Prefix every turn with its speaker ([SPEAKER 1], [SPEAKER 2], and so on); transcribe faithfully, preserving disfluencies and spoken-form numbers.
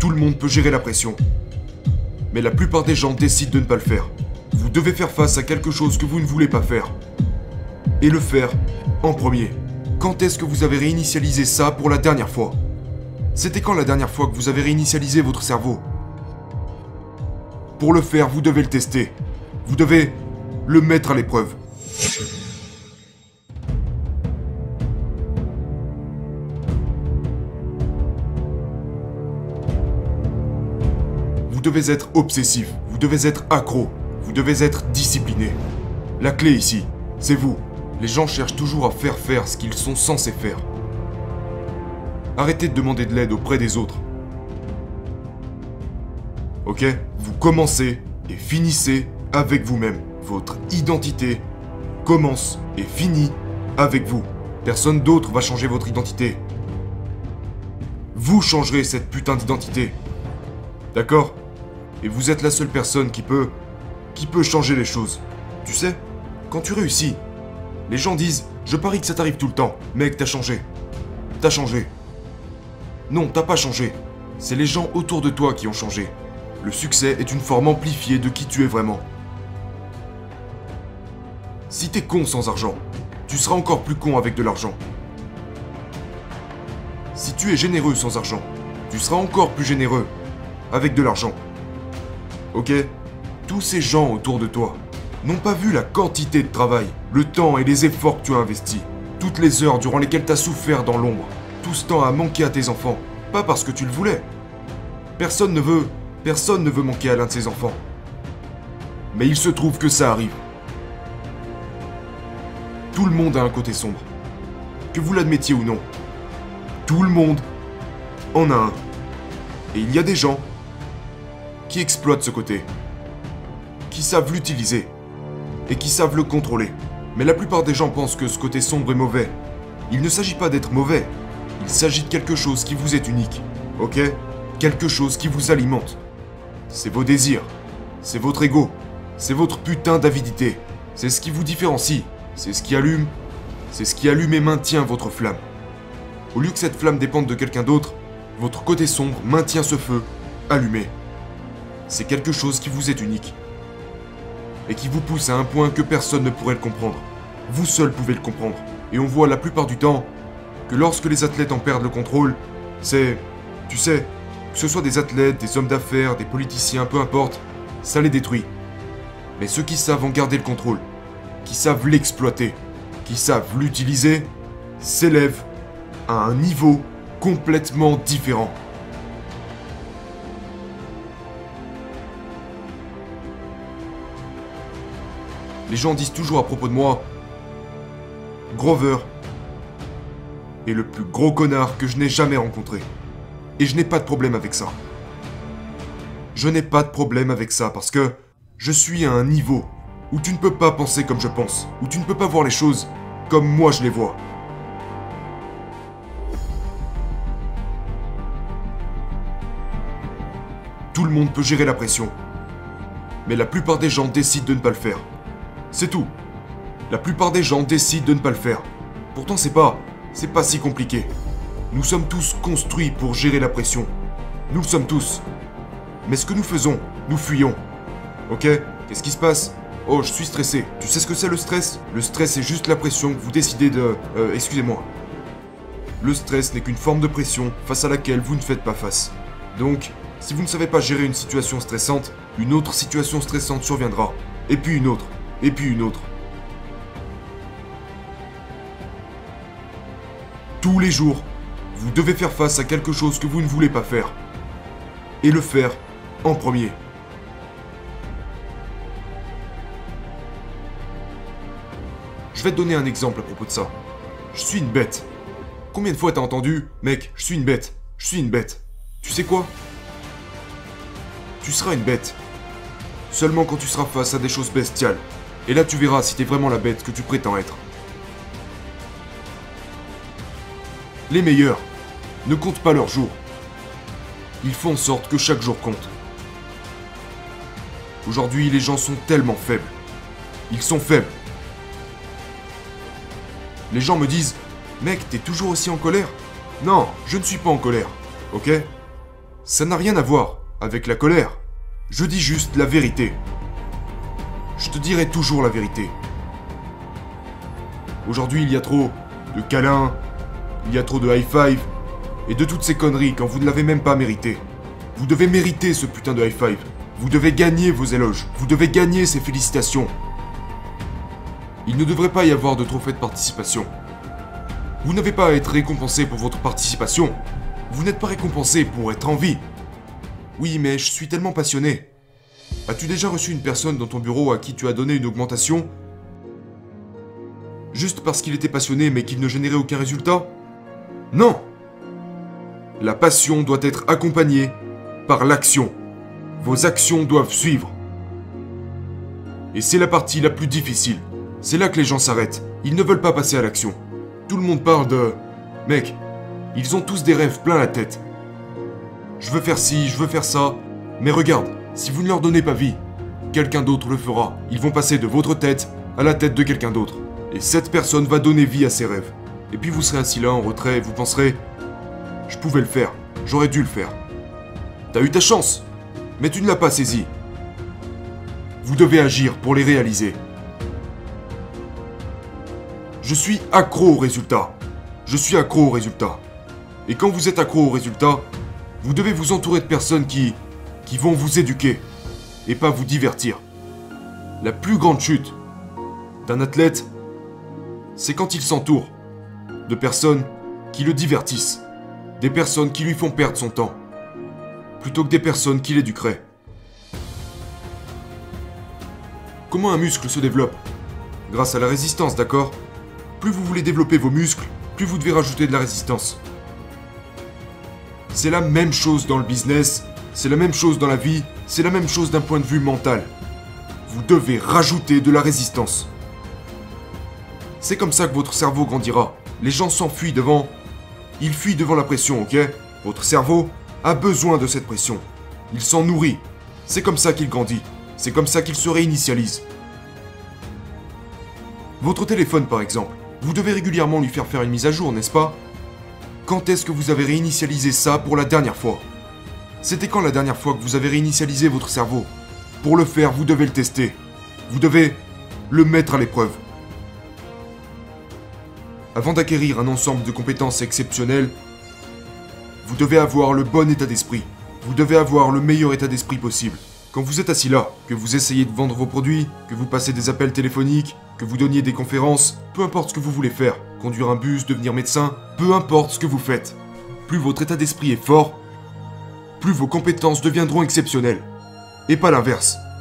[SPEAKER 1] Tout le monde peut gérer la pression. Mais la plupart des gens décident de ne pas le faire. Vous devez faire face à quelque chose que vous ne voulez pas faire. Et le faire en premier. Quand est-ce que vous avez réinitialisé ça pour la dernière fois? C'était quand la dernière fois que vous avez réinitialisé votre cerveau? Pour le faire, vous devez le tester. Vous devez le mettre à l'épreuve. Vous devez être obsessif, vous devez être accro, vous devez être discipliné. La clé ici, c'est vous. Les gens cherchent toujours à faire faire ce qu'ils sont censés faire. Arrêtez de demander de l'aide auprès des autres. Ok? Vous commencez et finissez avec vous-même. Votre identité commence et finit avec vous. Personne d'autre va changer votre identité. Vous changerez cette putain d'identité. D'accord? Et vous êtes la seule personne qui peut... qui peut changer les choses. Tu sais, quand tu réussis, les gens disent « Je parie que ça t'arrive tout le temps. Mec, t'as changé. T'as changé. » Non, t'as pas changé. C'est les gens autour de toi qui ont changé. Le succès est une forme amplifiée de qui tu es vraiment. Si t'es con sans argent, tu seras encore plus con avec de l'argent. Si tu es généreux sans argent, tu seras encore plus généreux avec de l'argent. Ok? Tous ces gens autour de toi n'ont pas vu la quantité de travail, le temps et les efforts que tu as investis, toutes les heures durant lesquelles tu as souffert dans l'ombre, tout ce temps à manquer à tes enfants, pas parce que tu le voulais. Personne ne veut, personne ne veut manquer à l'un de ses enfants. Mais il se trouve que ça arrive. Tout le monde a un côté sombre. Que vous l'admettiez ou non. Tout le monde en a un. Et il y a des gens qui exploitent ce côté, qui savent l'utiliser et qui savent le contrôler. Mais la plupart des gens pensent que ce côté sombre est mauvais. Il ne s'agit pas d'être mauvais. Il s'agit de quelque chose qui vous est unique. Ok? Quelque chose qui vous alimente. C'est vos désirs. C'est votre ego. C'est votre putain d'avidité. C'est ce qui vous différencie. C'est ce qui allume. C'est ce qui allume et maintient votre flamme. Au lieu que cette flamme dépende de quelqu'un d'autre, votre côté sombre maintient ce feu allumé. C'est quelque chose qui vous est unique. Et qui vous pousse à un point que personne ne pourrait le comprendre. Vous seul pouvez le comprendre. Et on voit la plupart du temps que lorsque les athlètes en perdent le contrôle, c'est... Tu sais, que ce soit des athlètes, des hommes d'affaires, des politiciens, peu importe, ça les détruit. Mais ceux qui savent en garder le contrôle, qui savent l'exploiter, qui savent l'utiliser, s'élèvent à un niveau complètement différent. Les gens disent toujours à propos de moi, Grover est le plus gros connard que je n'ai jamais rencontré. Et je n'ai pas de problème avec ça. Je n'ai pas de problème avec ça parce que je suis à un niveau où tu ne peux pas penser comme je pense, où tu ne peux pas voir les choses comme moi je les vois. Tout le monde peut gérer la pression. Mais la plupart des gens décident de ne pas le faire. C'est tout. La plupart des gens décident de ne pas le faire. Pourtant c'est pas... c'est pas si compliqué. Nous sommes tous construits pour gérer la pression. Nous le sommes tous. Mais ce que nous faisons, nous fuyons. Ok? Qu'est-ce qui se passe? Oh, je suis stressé. Tu sais ce que c'est le stress? Le stress est juste la pression que vous décidez de... Euh, excusez-moi. Le stress n'est qu'une forme de pression face à laquelle vous ne faites pas face. Donc, si vous ne savez pas gérer une situation stressante, une autre situation stressante surviendra. Et puis une autre. Et puis une autre. Tous les jours, vous devez faire face à quelque chose que vous ne voulez pas faire. Et le faire en premier. Je vais te donner un exemple à propos de ça. Je suis une bête. Combien de fois t'as entendu « Mec, je suis une bête. Je suis une bête. » Tu sais quoi? Tu seras une bête. Seulement quand tu seras face à des choses bestiales. Et là tu verras si t'es vraiment la bête que tu prétends être. Les meilleurs ne comptent pas leurs jours. Ils font en sorte que chaque jour compte. Aujourd'hui, les gens sont tellement faibles. Ils sont faibles. Les gens me disent « Mec, t'es toujours aussi en colère ?» Non, je ne suis pas en colère, ok? Ça n'a rien à voir avec la colère. Je dis juste la vérité. Je te dirai toujours la vérité. Aujourd'hui, il y a trop de câlins, il y a trop de high five, et de toutes ces conneries quand vous ne l'avez même pas mérité. Vous devez mériter ce putain de high five. Vous devez gagner vos éloges. Vous devez gagner ces félicitations. Il ne devrait pas y avoir de trophée de participation. Vous n'avez pas à être récompensé pour votre participation. Vous n'êtes pas récompensé pour être en vie. Oui, mais je suis tellement passionné. As-tu déjà reçu une personne dans ton bureau à qui tu as donné une augmentation juste parce qu'il était passionné mais qu'il ne générait aucun résultat? Non! La passion doit être accompagnée par l'action. Vos actions doivent suivre. Et c'est la partie la plus difficile. C'est là que les gens s'arrêtent. Ils ne veulent pas passer à l'action. Tout le monde parle de... Mec, ils ont tous des rêves plein la tête. Je veux faire ci, je veux faire ça. Mais regarde, si vous ne leur donnez pas vie, quelqu'un d'autre le fera. Ils vont passer de votre tête à la tête de quelqu'un d'autre. Et cette personne va donner vie à ses rêves. Et puis vous serez assis là en retrait et vous penserez... Je pouvais le faire, j'aurais dû le faire. T'as eu ta chance, mais tu ne l'as pas saisie. Vous devez agir pour les réaliser. Je suis accro aux résultats. Je suis accro aux résultats. Et quand vous êtes accro aux résultats, vous devez vous entourer de personnes qui... qui vont vous éduquer. Et pas vous divertir. La plus grande chute d'un athlète, c'est quand il s'entoure de personnes qui le divertissent. Des personnes qui lui font perdre son temps. Plutôt que des personnes qui l'éduqueraient. Comment un muscle se développe? Grâce à la résistance, d'accord? Plus vous voulez développer vos muscles, plus vous devez rajouter de la résistance. C'est la même chose dans le business, c'est la même chose dans la vie, c'est la même chose d'un point de vue mental. Vous devez rajouter de la résistance. C'est comme ça que votre cerveau grandira. Les gens s'enfuient devant... Ils fuient devant la pression, ok? Votre cerveau a besoin de cette pression. Il s'en nourrit. C'est comme ça qu'il grandit. C'est comme ça qu'il se réinitialise. Votre téléphone, par exemple. Vous devez régulièrement lui faire faire une mise à jour, n'est-ce pas? Quand est-ce que vous avez réinitialisé ça pour la dernière fois? C'était quand la dernière fois que vous avez réinitialisé votre cerveau? Pour le faire, vous devez le tester. Vous devez le mettre à l'épreuve. Avant d'acquérir un ensemble de compétences exceptionnelles, vous devez avoir le bon état d'esprit. Vous devez avoir le meilleur état d'esprit possible. Quand vous êtes assis là, que vous essayez de vendre vos produits, que vous passez des appels téléphoniques, que vous donniez des conférences, peu importe ce que vous voulez faire, conduire un bus, devenir médecin, peu importe ce que vous faites. Plus votre état d'esprit est fort, plus vos compétences deviendront exceptionnelles. Et pas l'inverse.